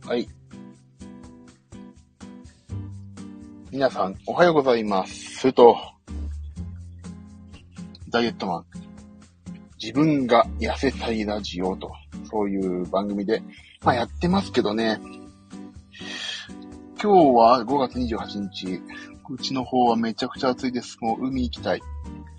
はい。皆さん、おはようございます。ダイエットマン。自分が痩せたいラジオと、そういう番組で、やってますけどね。今日は5月28日。うちの方はめちゃくちゃ暑いです。もう海行きたい。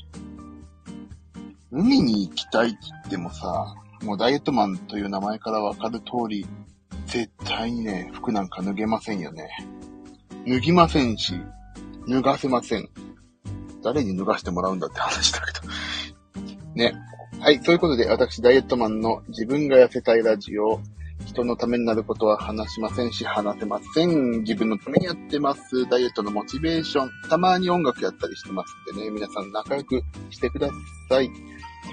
海に行きたいって言ってもさ、もうダイエットマンという名前からわかる通り、絶対にね、服なんか脱げませんよね。脱ぎませんし、脱がせません。誰に脱がしてもらうんだって話だけど。ね。はい。そういうことで、私、ダイエットマンの自分が痩せたいラジオ、人のためになることは話しませんし、話せません。自分のためにやってます。ダイエットのモチベーション。たまに音楽やったりしてますんでね、皆さん仲良くしてください。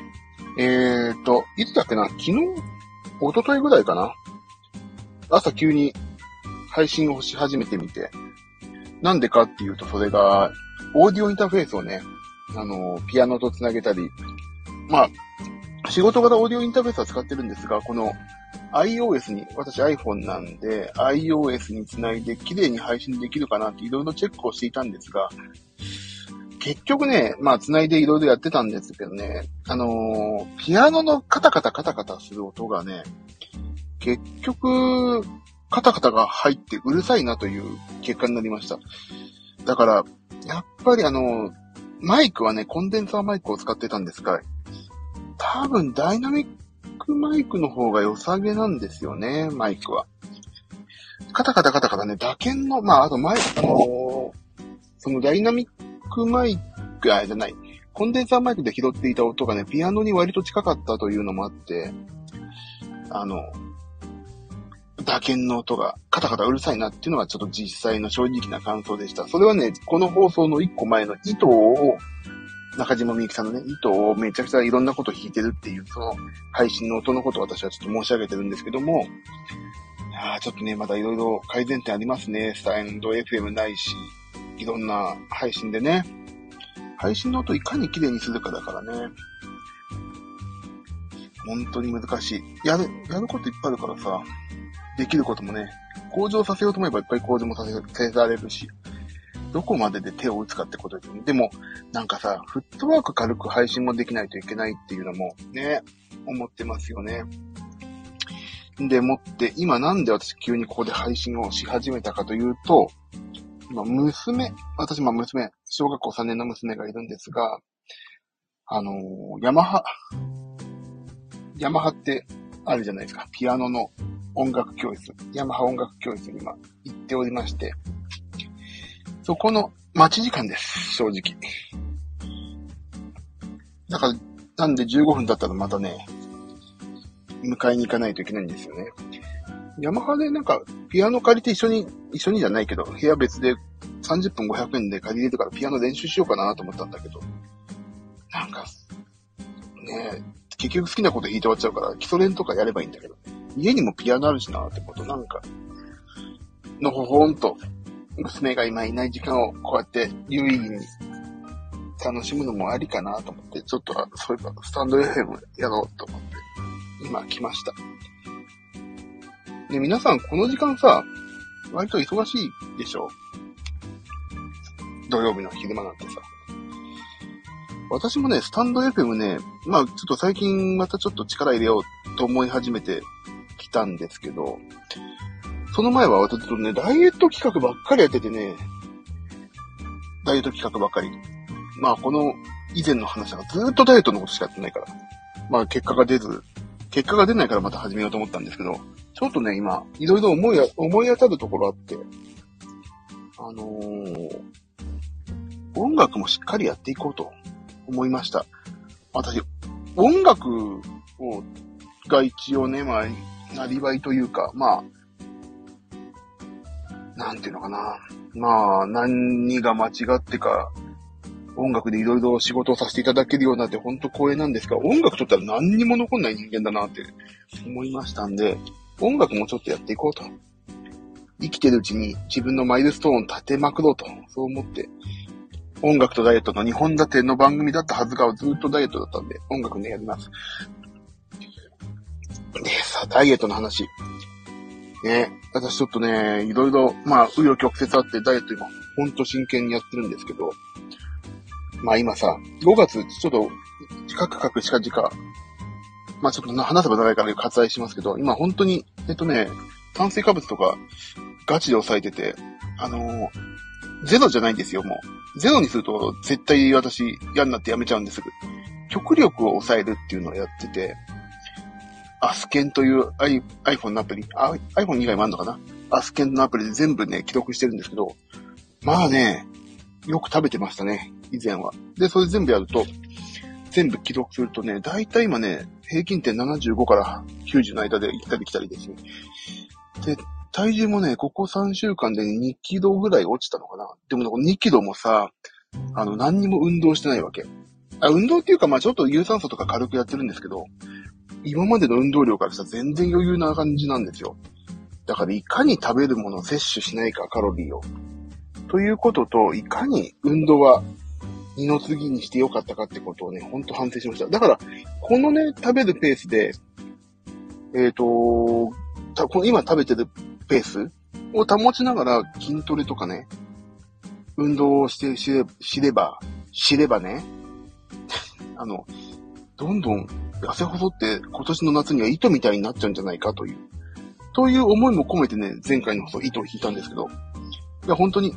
いつだっけな、昨日一昨日ぐらいかな。朝急に配信をし始めてみて。なんでかっていうと、それが、オーディオインターフェースをね、ピアノとつなげたり、仕事柄オーディオインターフェースは使ってるんですが、この iOS に、私 iPhone なんで、iOS につないで綺麗に配信できるかなっていろいろチェックをしていたんですが、結局ね、つないでいろいろやってたんですけどね、ピアノのカタカタする音がね、結局、カタカタが入ってうるさいなという結果になりました。だから、やっぱりマイクはね、コンデンサーマイクを使ってたんですが、多分ダイナミックマイクの方が良さげなんですよね、マイクは。カタカタね、打鍵の、あとそのダイナミックマイク、じゃない、コンデンサーマイクで拾っていた音がね、ピアノに割と近かったというのもあって、打鍵の音がカタカタうるさいなっていうのがちょっと実際の正直な感想でした。それはね、この放送の1個前の糸を、中島みゆきさんのね、糸をめちゃくちゃいろんなこと弾いてるっていう、その配信の音のことを私はちょっと申し上げてるんですけども、ちょっとね、まだいろいろ改善点ありますね。スタンド FM ないし、いろんな配信でね。配信の音いかに綺麗にするかだからね。本当に難しい。やることいっぱいあるからさ、できることもね、向上させようと思えばいっぱい向上もさせられるし、どこまでで手を打つかってことですね。でも、なんかさ、フットワーク軽く配信もできないといけないっていうのもね、思ってますよね。でもって、今なんで私急にここで配信をし始めたかというと、今私娘、小学校3年の娘がいるんですが、ヤマハってあるじゃないですか。ピアノの音楽教室、ヤマハ音楽教室に今行っておりまして、そこの待ち時間です、正直。だから、なんで15分だったらまたね、迎えに行かないといけないんですよね。ヤマハでなんか、ピアノ借りて一緒にじゃないけど、部屋別で30分500円で借りれるからピアノ練習しようかなと思ったんだけど、なんか、ね、結局好きなこと弾いて終わっちゃうから、基礎練とかやればいいんだけど、家にもピアノあるしなってこと、なんか、のほほんと、娘が今いない時間をこうやって有意義に楽しむのもありかなと思って、ちょっとそういえばスタンド FM やろうと思って、今来ました。で、皆さんこの時間さ、割と忙しいでしょ？土曜日の昼間なんてさ。私もね、スタンド FM ね、ちょっと最近またちょっと力入れようと思い始めてきたんですけど、その前は私とね、ダイエット企画ばっかりやっててね、ダイエット企画ばっかり。この以前の話はずーっとダイエットのことしかやってないから。結果が出ないからまた始めようと思ったんですけど、ちょっとね、今、いろいろ思い当たるところあって、音楽もしっかりやっていこうと思いました。私、音楽が一応ね、なりわいというか、なんていうのかな。何が間違ってか、音楽でいろいろ仕事をさせていただけるようになって本当光栄なんですが、音楽とったら何にも残んない人間だなって思いましたんで、音楽もちょっとやっていこうと。生きてるうちに自分のマイルストーンを立てまくろうと、そう思って、音楽とダイエットの2本立ての番組だったはずがずっとダイエットだったんで、音楽ね、やります。でさ、ダイエットの話。 ね、私ちょっとね、いろいろ、まあ、紆余曲折あってダイエット今、ほんと真剣にやってるんですけど、まあ今さ、5月、ちょっと、近く近々、まあちょっと話せば長いから割愛しますけど、今本当に、炭水化物とかガチで抑えてて、ゼロじゃないんですよ、もう。ゼロにすると絶対私嫌になってやめちゃうんですぐ。極力を抑えるっていうのをやってて、アスケンという iPhone のアプリ、iPhone 以外もあるのかな？アスケンのアプリで全部ね、記録してるんですけど、まあね、よく食べてましたね、以前は。で、それ全部やると、全部記録するとね、だいたい今ね、平均点75から90の間で行ったり来たりですね。で、体重もね、ここ3週間で2キロぐらい落ちたのかな。でも2キロもさ、何にも運動してないわけ。運動っていうか、まあちょっと有酸素とか軽くやってるんですけど、今までの運動量からしたら全然余裕な感じなんですよ。だからいかに食べるものを摂取しないか、カロリーを。ということと、いかに運動は二の次にしてよかったかってことをね、ほんと反省しました。だから、このね、食べるペースで、今食べてるペースを保ちながら筋トレとかね、運動をして知ればね、どんどん痩せ細って今年の夏には糸みたいになっちゃうんじゃないかという思いも込めてね、前回の放送糸を引いたんですけど、いや、本当に、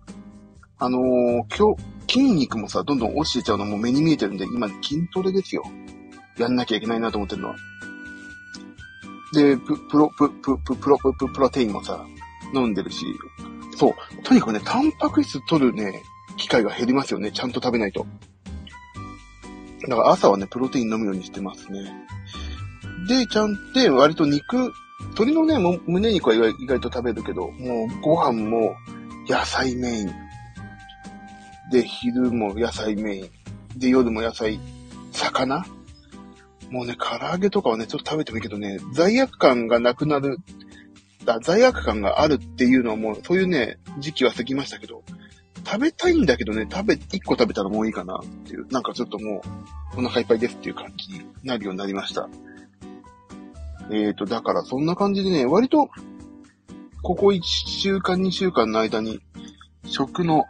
筋肉もさ、どんどん落ちてちゃうのも目に見えてるんで、今筋トレですよ。やんなきゃいけないなと思ってるのは。で、プロテインもさ、飲んでるし、そう、とにかくね、タンパク質取るね、機会が減りますよね、ちゃんと食べないと。だから朝はね、プロテイン飲むようにしてますね。で、割と鶏のね、胸肉は意外と食べるけど、もうご飯も野菜メイン。で、昼も野菜メイン。で、夜も野菜、魚もうね、唐揚げとかはね、ちょっと食べてもいいけどね、罪悪感がなくなる、罪悪感があるっていうのはもう、そういうね、時期は過ぎましたけど、食べたいんだけどね、1個食べたらもういいかなっていう、なんかちょっともう、お腹いっぱいですっていう感じになるようになりました。だからそんな感じでね、割と、ここ1週間2週間の間に、食の、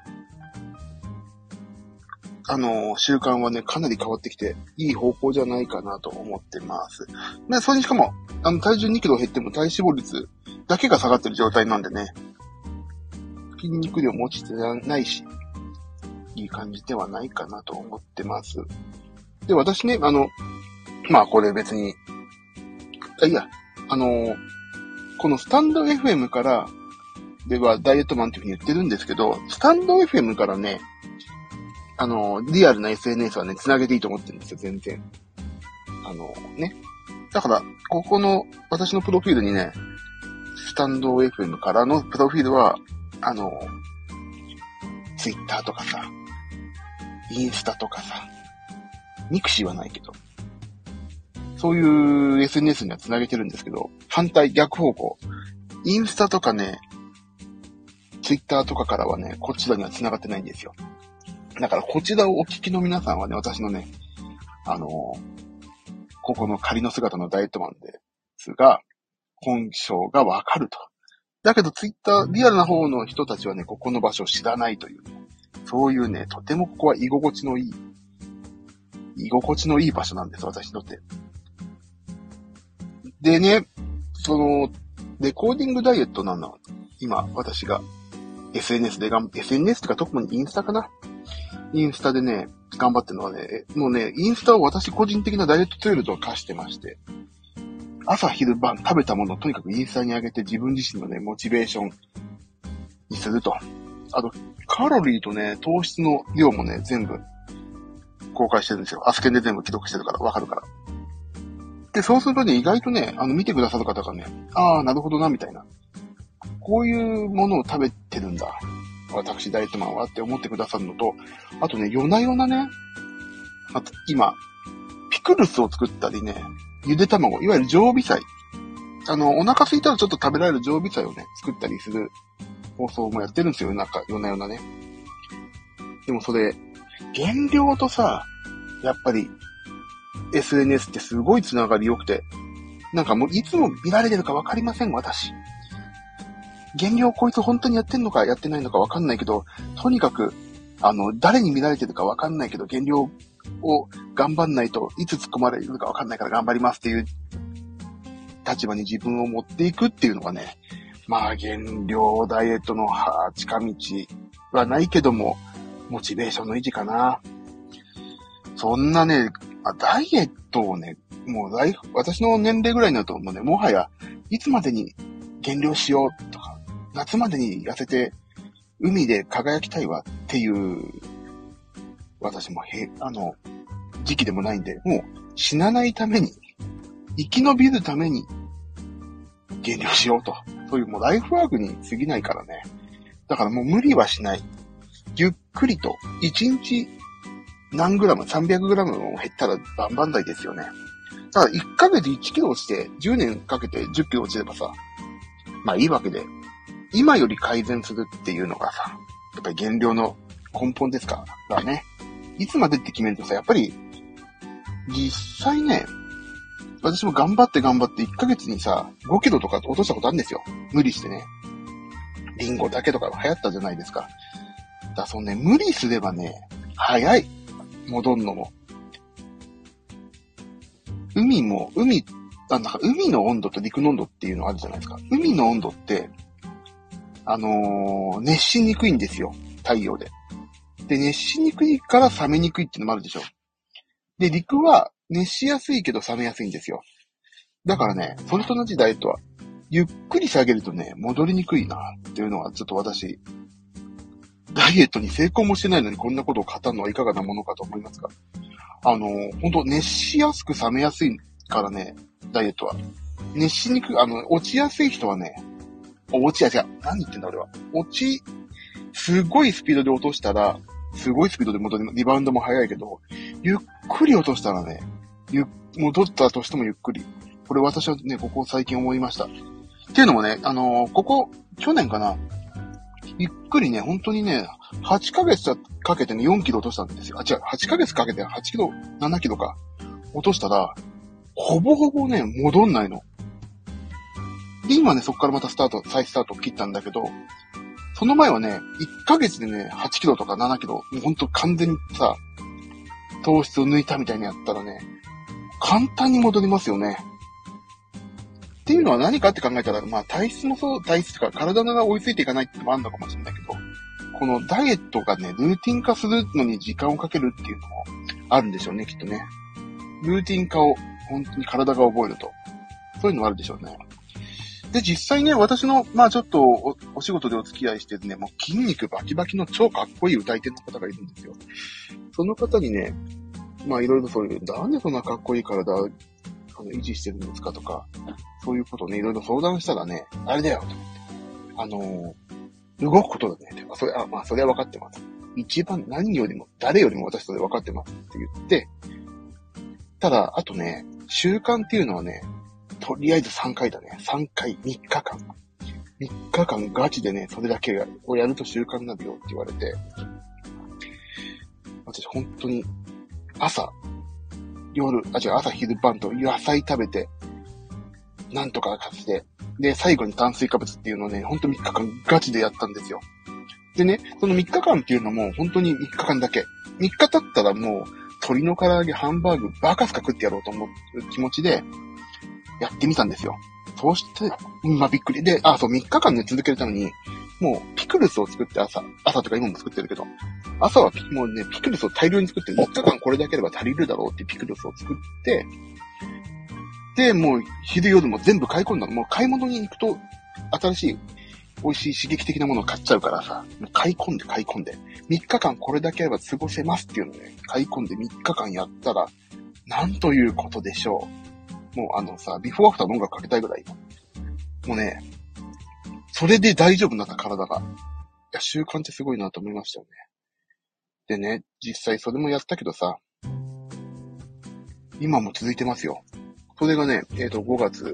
習慣はね、かなり変わってきて、いい方向じゃないかなと思ってます。で、それにしかも、体重2キロ減っても体脂肪率だけが下がってる状態なんでね、筋肉量も落ちてないし、いい感じではないかなと思ってます。で、私ね、まあこれ別に、このスタンド FM からではダイエットマンっていうふうに言ってるんですけど、スタンド FM からね、リアルな SNS はね、繋げていいと思ってるんですよ、全然。だから、ここの、私のプロフィールにね、スタンド FM からのプロフィールは、ツイッターとかさ、インスタとかさ、ミクシーはないけど、そういう SNS には繋げてるんですけど、逆方向。インスタとかね、ツイッターとかからはね、こちらには繋がってないんですよ。だからこちらをお聞きの皆さんはね、私のね、ここの仮の姿のダイエットマンですが、本性がわかると。だけどツイッター、リアルな方の人たちはね、ここの場所を知らないという、そういうね、とてもここは居心地のいい場所なんです、私にとって。でね、レコーディングダイエットなの。今、私が SNS とか特にインスタかな。インスタでね、頑張ってるのはね、もうね、インスタを私個人的なダイエットツールと化してまして、朝昼晩食べたものをとにかくインスタに上げて自分自身のね、モチベーションにすると。あと、カロリーとね、糖質の量もね、全部公開してるんですよ。アスケンで全部記録してるからわかるから。で、そうするとね、意外とね、見てくださる方がね、なるほどな、みたいな。こういうものを食べてるんだ。私、ダイエットマンはって思ってくださるのと、あとね、夜な夜なね、今、ピクルスを作ったりね、ゆで卵、いわゆる常備菜。お腹空いたらちょっと食べられる常備菜をね、作ったりする放送もやってるんですよ、夜な夜なね。でもそれ、減量とさ、やっぱり、SNS ってすごいつながり良くて、なんかもういつも見られてるかわかりません、私。 減量こいつ本当にやってんのかやってないのかわかんないけど、とにかく、誰に見られてるかわかんないけど、減量を頑張んないといつ突っ込まれるかわかんないから頑張りますっていう立場に自分を持っていくっていうのがね、まあ減量ダイエットの近道はないけども、モチベーションの維持かな。そんなね、ダイエットをね、もう私の年齢ぐらいになるともうね、もはやいつまでに減量しようとか、夏までに痩せて海で輝きたいわっていう私も時期でもないんで、もう死なないために、生き延びるために減量しようと。そういうもうライフワークに過ぎないからね。だからもう無理はしない。ゆっくりと、1日何グラム、300グラムも減ったらバンバン台ですよね。だから1ヶ月1キロ落ちて、10年かけて10キロ落ちればさ、まあいいわけで、今より改善するっていうのがさ、やっぱり減量の根本ですからね。いつまでって決めるとさ、やっぱり、実際ね、私も頑張って1ヶ月にさ、5キロとか落としたことあるんですよ。無理してね。リンゴだけとか流行ったじゃないですか。だからそうね、無理すればね、早い。戻んのも。海の温度と陸の温度っていうのあるじゃないですか。海の温度って、熱しにくいんですよ。太陽で。で、熱しにくいから冷めにくいっていうのもあるでしょ。で、陸は熱しやすいけど冷めやすいんですよ。だからね、それと同じダイエットは、ゆっくり下げるとね、戻りにくいなっていうのはちょっと私、ダイエットに成功もしてないのにこんなことを語るのはいかがなものかと思いますが。本当熱しやすく冷めやすいからね、ダイエットは。熱しにくい、落ちやすい人はね、何言ってんだ俺は。すごいスピードで落としたら、すごいスピードで戻り、リバウンドも早いけど、ゆっくり落としたらね、戻ったとしてもゆっくり。これ私はね、ここ最近思いました。っていうのもね、去年かな、ゆっくりね、本当にね、8ヶ月かけてね、4キロ落としたんですよ。8ヶ月かけて8キロ、7キロか、落としたら、ほぼほぼね、戻んないの。で、今ね、そこからまた再スタートを切ったんだけど、その前はね、1ヶ月でね、8キロとか7キロ、もうほんと完全にさ、糖質を抜いたみたいにやったらね、簡単に戻りますよね。っていうのは何かって考えたら、まあ体質とか体が追いついていかないってのもあるのかもしれないけど、このダイエットがね、ルーティン化するのに時間をかけるっていうのもあるんでしょうね、きっとね。ルーティン化を本当に体が覚えると。そういうのもあるでしょうね。で、実際ね、私の、まあちょっとお仕事でお付き合いしててね、もう筋肉バキバキの超かっこいい歌い手の方がいるんですよ。その方にね、まあいろいろそういう、なんでそんなかっこいい体、維持してるんですかとか、そういうことをね、いろいろ相談したらね、あれだよ、と思って。動くことだね。それは分かってます。一番何よりも、誰よりも私それ分かってますって言って、ただ、あとね、習慣っていうのはね、とりあえず3回だね。3回、3日間。3日間ガチでね、それだけをやると習慣になるよって言われて、私本当に朝、昼晩と野菜食べて、なんとかして、で、最後に炭水化物っていうのをね、ほんと3日間ガチでやったんですよ。でね、その3日間っていうのも本当に3日間だけ。3日経ったらもう、鶏の唐揚げ、ハンバーグ、バカスカ食ってやろうと思う気持ちで、やってみたんですよ。そうして、まあ、びっくり。で、3日間ね、続けるために、もう、ピクルスを作って朝とか今も作ってるけど、朝はもうね、ピクルスを大量に作って、3日間これだけあれば足りるだろうってピクルスを作って、で、もう、昼夜も全部買い込んだの。もう買い物に行くと、新しい、美味しい刺激的なものを買っちゃうからさ、もう買い込んで。3日間これだけあれば過ごせますっていうのをね、買い込んで3日間やったら、なんということでしょう。もうビフォーアフターの音楽かけたいぐらい。もうね、それで大丈夫になった体が。いや、習慣ってすごいなと思いましたよね。でね、実際それもやったけどさ、今も続いてますよ。それがね、5月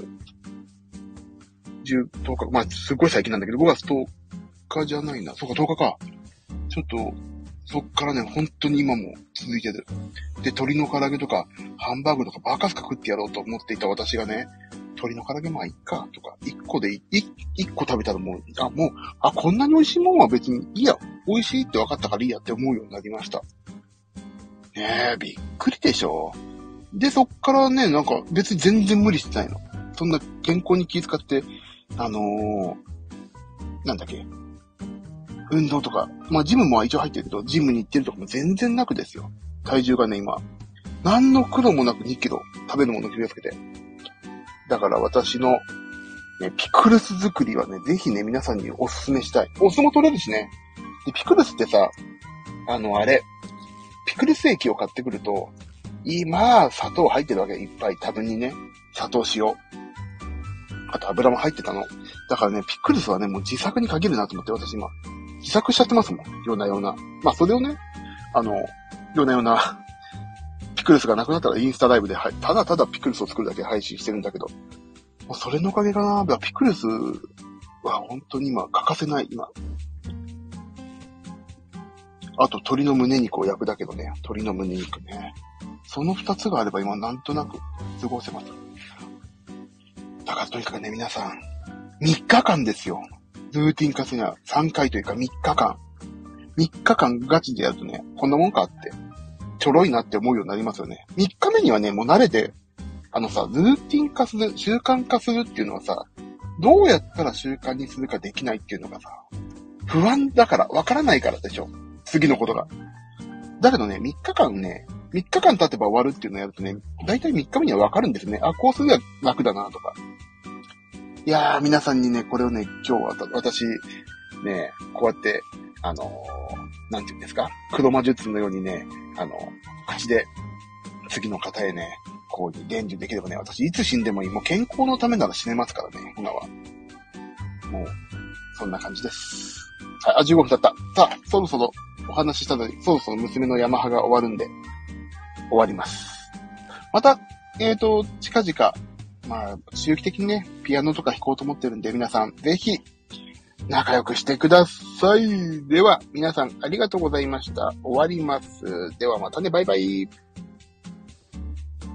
10日、まあ、すごい最近なんだけど、5月10日じゃないな。そうか、10日か。ちょっと、そっからね、本当に今も続いてる。で、鶏の唐揚げとか、ハンバーグとかバカスカ食ってやろうと思っていた私がね、 鶏の唐揚げまあいっか、とか、1個食べたらもう、こんなに美味しいもんは別にいいや、美味しいって分かったからいいやって思うようになりました。ねえ、びっくりでしょ。で、そっからね、なんか別に全然無理してないの。そんな健康に気遣って、なんだっけ、運動とか、まあジムも一応入ってるけど、ジムに行ってるとかも全然なくですよ。体重がね、今、何の苦労もなく2キロ食べるものを気をつけて。だから私の、ね、ピクルス作りはね、ぜひね、皆さんにおすすめしたい。お酢も取れるしね。で、ピクルスってさ、ピクルス液を買ってくると、砂糖入ってるわけ。いっぱい。多分にね。砂糖、塩。あと油も入ってたの。だからね、ピクルスはね、もう自作に限るなと思って、私今。自作しちゃってますもん。ような。まあ、それをね、ような、ピクルスがなくなったらインスタライブで、ただただピクルスを作るだけ配信してるんだけど、もうそれのおかげかな。ピクルスは本当に今欠かせない、今。あと鶏の胸肉を焼くだけどね、鶏の胸肉ね。その2つがあれば今なんとなく過ごせます。だからとにかくね、皆さん、3日間ですよ。ルーティン化するには3回というか3日間。3日間ガチでやるとね、こんなもんかって、ちょろいなって思うようになりますよね。3日目にはね、もう慣れて、ルーティン化する、習慣化するっていうのはさ、どうやったら習慣にするかできないっていうのがさ、不安だから、わからないからでしょ。次のことが。だけどね、3日間経てば終わるっていうのをやるとね、だいたい3日目にはわかるんですね。こうすれば楽だなとか。いやー、皆さんにね、これをね、今日は私、ね、こうやって、なんていうんですか、黒魔術のようにね、口で、次の方へね、こう、伝授できればね、私、いつ死んでもいい。もう健康のためなら死ねますからね、今は。もう、そんな感じです。はい、15分経った。さあ、そろそろお話ししたのに、そろそろ娘のヤマハが終わるんで、終わります。また、近々、まあ、周期的にね、ピアノとか弾こうと思ってるんで、皆さん、ぜひ、仲良くしてください。では、皆さん、ありがとうございました。終わります。ではまたね、バイバイ。